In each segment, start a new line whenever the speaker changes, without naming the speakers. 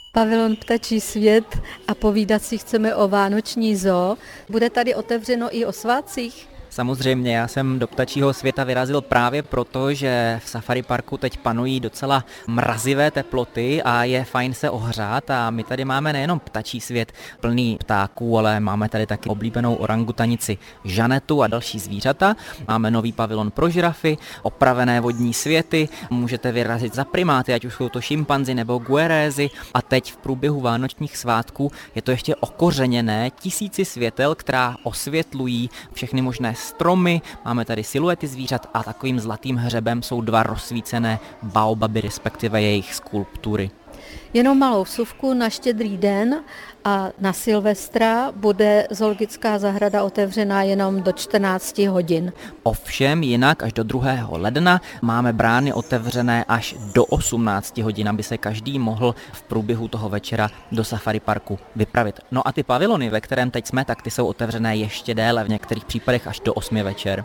Pavilon Ptačí svět a povídat si chceme o vánoční zoo. Bude tady otevřeno i o svátcích?
Samozřejmě, já jsem do ptačího světa vyrazil právě proto, že v safari parku teď panují docela mrazivé teploty a je fajn se ohřát a my tady máme nejenom ptačí svět plný ptáků, ale máme tady taky oblíbenou orangutanici Žanetu a další zvířata. Máme nový pavilon pro žirafy, opravené vodní světy, můžete vyrazit za primáty, ať už jsou to šimpanzi nebo guerézy a teď v průběhu vánočních svátků je to ještě okořeněné tisíci světel, která osvětlují všechny možné stromy, máme tady siluety zvířat a takovým zlatým hřebem jsou dva rozsvícené baobaby, respektive jejich skulptury.
Jenom malou vsuvku na Štědrý den a na Silvestra bude zoologická zahrada otevřená jenom do 14 hodin.
Ovšem jinak až do 2. ledna máme brány otevřené až do 18 hodin, aby se každý mohl v průběhu toho večera do safari parku vypravit. No a ty pavilony, ve kterém teď jsme, tak ty jsou otevřené ještě déle, v některých případech až do 8 večer.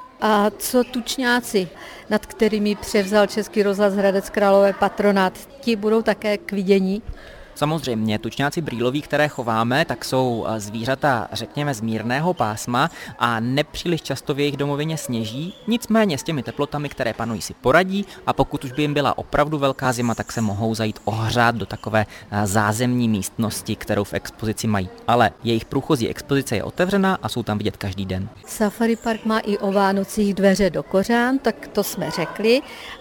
A co tučňáci, nad kterými převzal Český rozhlas Hradec Králové patronát, ti budou také k vidění?
Samozřejmě, tučňáci brýloví, které chováme, tak jsou zvířata, řekněme, z mírného pásma a nepříliš často v jejich domovině sněží, nicméně s těmi teplotami, které panují, si poradí a pokud už by jim byla opravdu velká zima, tak se mohou zajít ohřát do takové zázemní místnosti, kterou v expozici mají. Ale jejich průchozí expozice je otevřená a jsou tam vidět každý den.
Safari park má i o Vánocích dveře do kořán, tak to jsme řekli.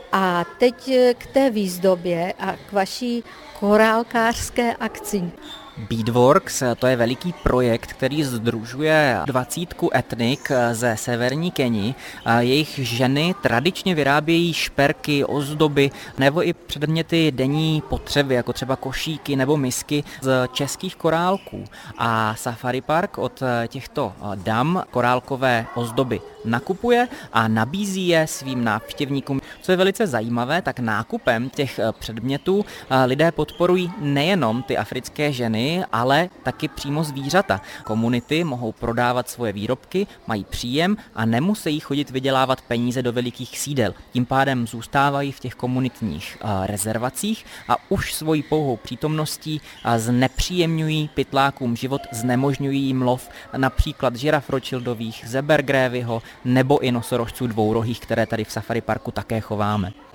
A teď k té výzdobě a k vaší korálkářské akci.
Beadworks, to je veliký projekt, který sdružuje 20 etnik ze severní Keni. Jejich ženy tradičně vyrábějí šperky, ozdoby nebo i předměty denní potřeby, jako třeba košíky nebo misky z českých korálků. A Safari Park od těchto dam korálkové ozdoby nakupuje a nabízí je svým návštěvníkům. Co je velice zajímavé, tak nákupem těch předmětů lidé podporují nejenom ty africké ženy, ale taky přímo zvířata. Komunity mohou prodávat svoje výrobky, mají příjem a nemusí chodit vydělávat peníze do velikých sídel. Tím pádem zůstávají v těch komunitních rezervacích a už svojí pouhou přítomností znepříjemňují pytlákům život, znemožňují jim lov například žiraf rothschildových, zeber Grévyho nebo i nosorožců dvourohých, které tady v safari parku také chováme.